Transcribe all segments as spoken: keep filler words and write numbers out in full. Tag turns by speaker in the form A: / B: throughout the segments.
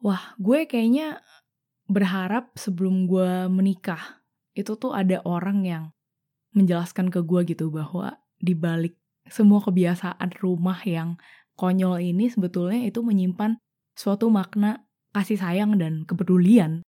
A: Wah, gue kayaknya berharap sebelum gue menikah, itu tuh ada orang yang menjelaskan ke gue gitu bahwa di balik semua kebiasaan rumah yang konyol ini sebetulnya itu menyimpan suatu makna kasih sayang dan kepedulian.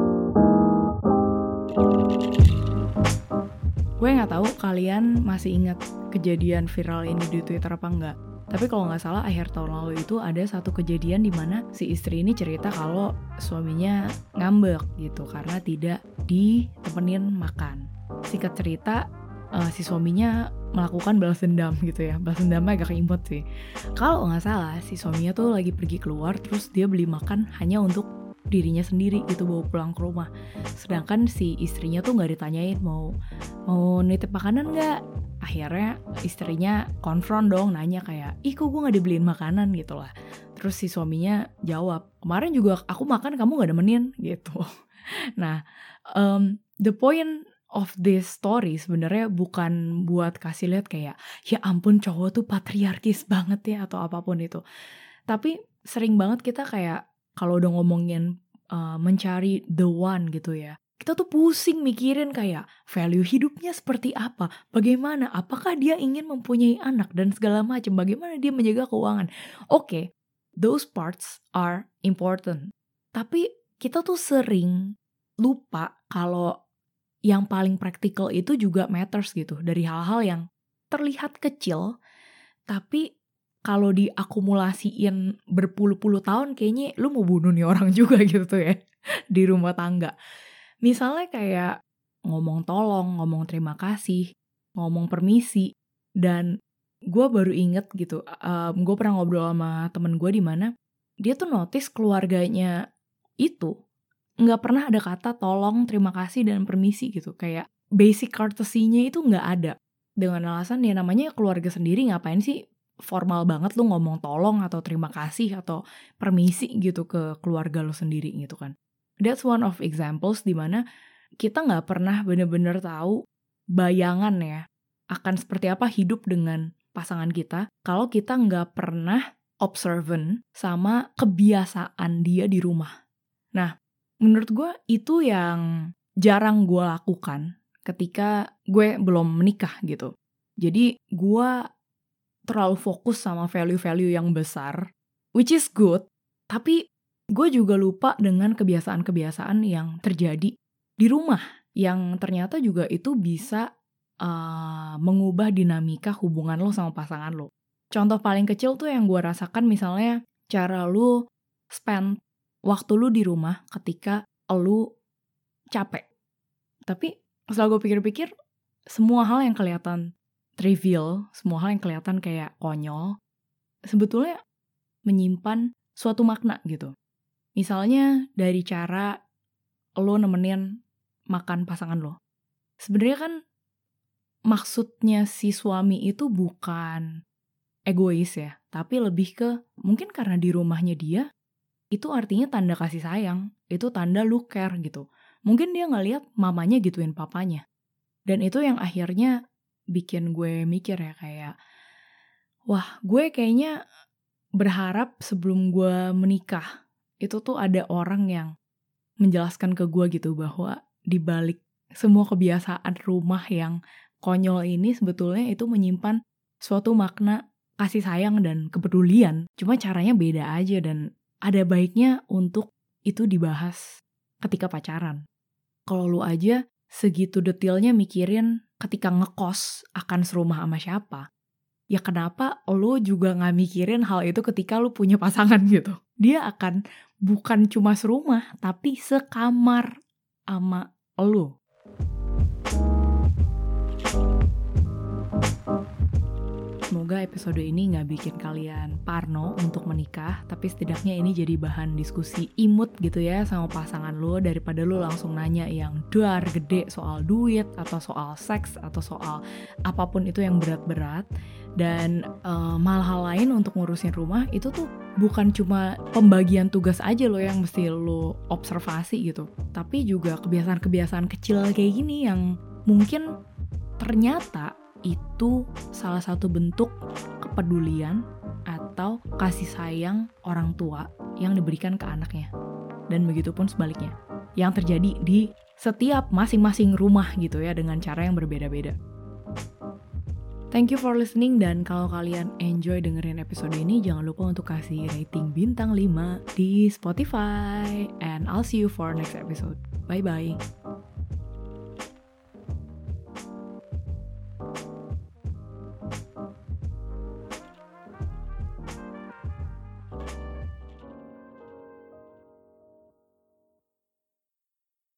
A: Gue gak tahu kalian masih ingat kejadian viral ini di Twitter apa enggak. Tapi kalau nggak salah akhir tahun lalu itu ada satu kejadian di mana si istri ini cerita kalau suaminya ngambek gitu karena tidak ditemenin makan. Singkat cerita, uh, si suaminya melakukan balas dendam gitu ya. Balas dendamnya agak imut sih. Kalau nggak salah, si suaminya tuh lagi pergi keluar terus dia beli makan hanya untuk dirinya sendiri gitu, bawa pulang ke rumah. Sedangkan si istrinya tuh nggak ditanyain mau mau nitip makanan nggak. Akhirnya istrinya konfront dong, nanya kayak, ih kok gue gak dibeliin makanan gitu lah. Terus si suaminya jawab, kemarin juga aku makan kamu gak nemenin gitu. Nah, um, the point of this story sebenarnya bukan buat kasih lihat kayak, ya ampun cowok tuh patriarkis banget ya atau apapun itu. Tapi sering banget kita kayak, kalau udah ngomongin uh, mencari the one gitu ya, kita tuh pusing mikirin kayak value hidupnya seperti apa, bagaimana, apakah dia ingin mempunyai anak dan segala macam, bagaimana dia menjaga keuangan. Oke, okay, those parts are important. Tapi kita tuh sering lupa kalau yang paling praktikal itu juga matters gitu. Dari hal-hal yang terlihat kecil, tapi kalau diakumulasiin berpuluh-puluh tahun kayaknya lu mau bunuh nih orang juga gitu ya di rumah tangga. Misalnya kayak ngomong tolong, ngomong terima kasih, ngomong permisi. Dan gue baru inget gitu, um, gue pernah ngobrol sama temen gue di mana dia tuh notice keluarganya itu gak pernah ada kata tolong, terima kasih, dan permisi gitu. Kayak basic courtesy-nya itu gak ada. Dengan alasan ya namanya keluarga sendiri, ngapain sih formal banget lu ngomong tolong atau terima kasih atau permisi gitu ke keluarga lu sendiri gitu kan. That's one of examples di mana kita nggak pernah benar-benar tahu bayangan ya akan seperti apa hidup dengan pasangan kita kalau kita nggak pernah observant sama kebiasaan dia di rumah. Nah, menurut gue itu yang jarang gue lakukan ketika gue belum menikah gitu. Jadi gue terlalu fokus sama value-value yang besar, which is good, tapi gue juga lupa dengan kebiasaan-kebiasaan yang terjadi di rumah, yang ternyata juga itu bisa uh, mengubah dinamika hubungan lo sama pasangan lo. Contoh paling kecil tuh yang gue rasakan misalnya cara lo spend waktu lo di rumah ketika lo capek. Tapi setelah gue pikir-pikir, semua hal yang kelihatan trivial, semua hal yang kelihatan kayak konyol, sebetulnya menyimpan suatu makna gitu. Misalnya dari cara lo nemenin makan pasangan lo. Sebenarnya kan maksudnya si suami itu bukan egois ya, tapi lebih ke mungkin karena di rumahnya dia itu artinya tanda kasih sayang, itu tanda lu care gitu. Mungkin dia ngeliat mamanya gituin papanya. Dan itu yang akhirnya bikin gue mikir ya kayak, wah gue kayaknya berharap sebelum gue menikah itu tuh ada orang yang menjelaskan ke gue gitu bahwa di balik semua kebiasaan rumah yang konyol ini sebetulnya itu menyimpan suatu makna kasih sayang dan kepedulian. Cuma caranya beda aja dan ada baiknya untuk itu dibahas ketika pacaran. Kalau lu aja segitu detailnya mikirin ketika ngekos akan serumah sama siapa, ya kenapa lo juga gak mikirin hal itu ketika lo punya pasangan gitu. Dia akan bukan cuma serumah, tapi sekamar sama lo. Semoga episode ini gak bikin kalian parno untuk menikah, tapi setidaknya ini jadi bahan diskusi imut gitu ya sama pasangan lo, daripada lo langsung nanya yang dar gede soal duit, atau soal seks, atau soal apapun itu yang berat-berat. Dan um, hal-hal lain untuk ngurusin rumah itu tuh bukan cuma pembagian tugas aja lo yang mesti lo observasi gitu, tapi juga kebiasaan-kebiasaan kecil kayak gini yang mungkin ternyata itu salah satu bentuk kepedulian atau kasih sayang orang tua yang diberikan ke anaknya. Dan begitu pun sebaliknya, yang terjadi di setiap masing-masing rumah gitu ya, dengan cara yang berbeda-beda. Thank you for listening, dan kalau kalian enjoy dengerin episode ini, jangan lupa untuk kasih rating bintang lima di Spotify, and I'll see you for next episode. Bye-bye.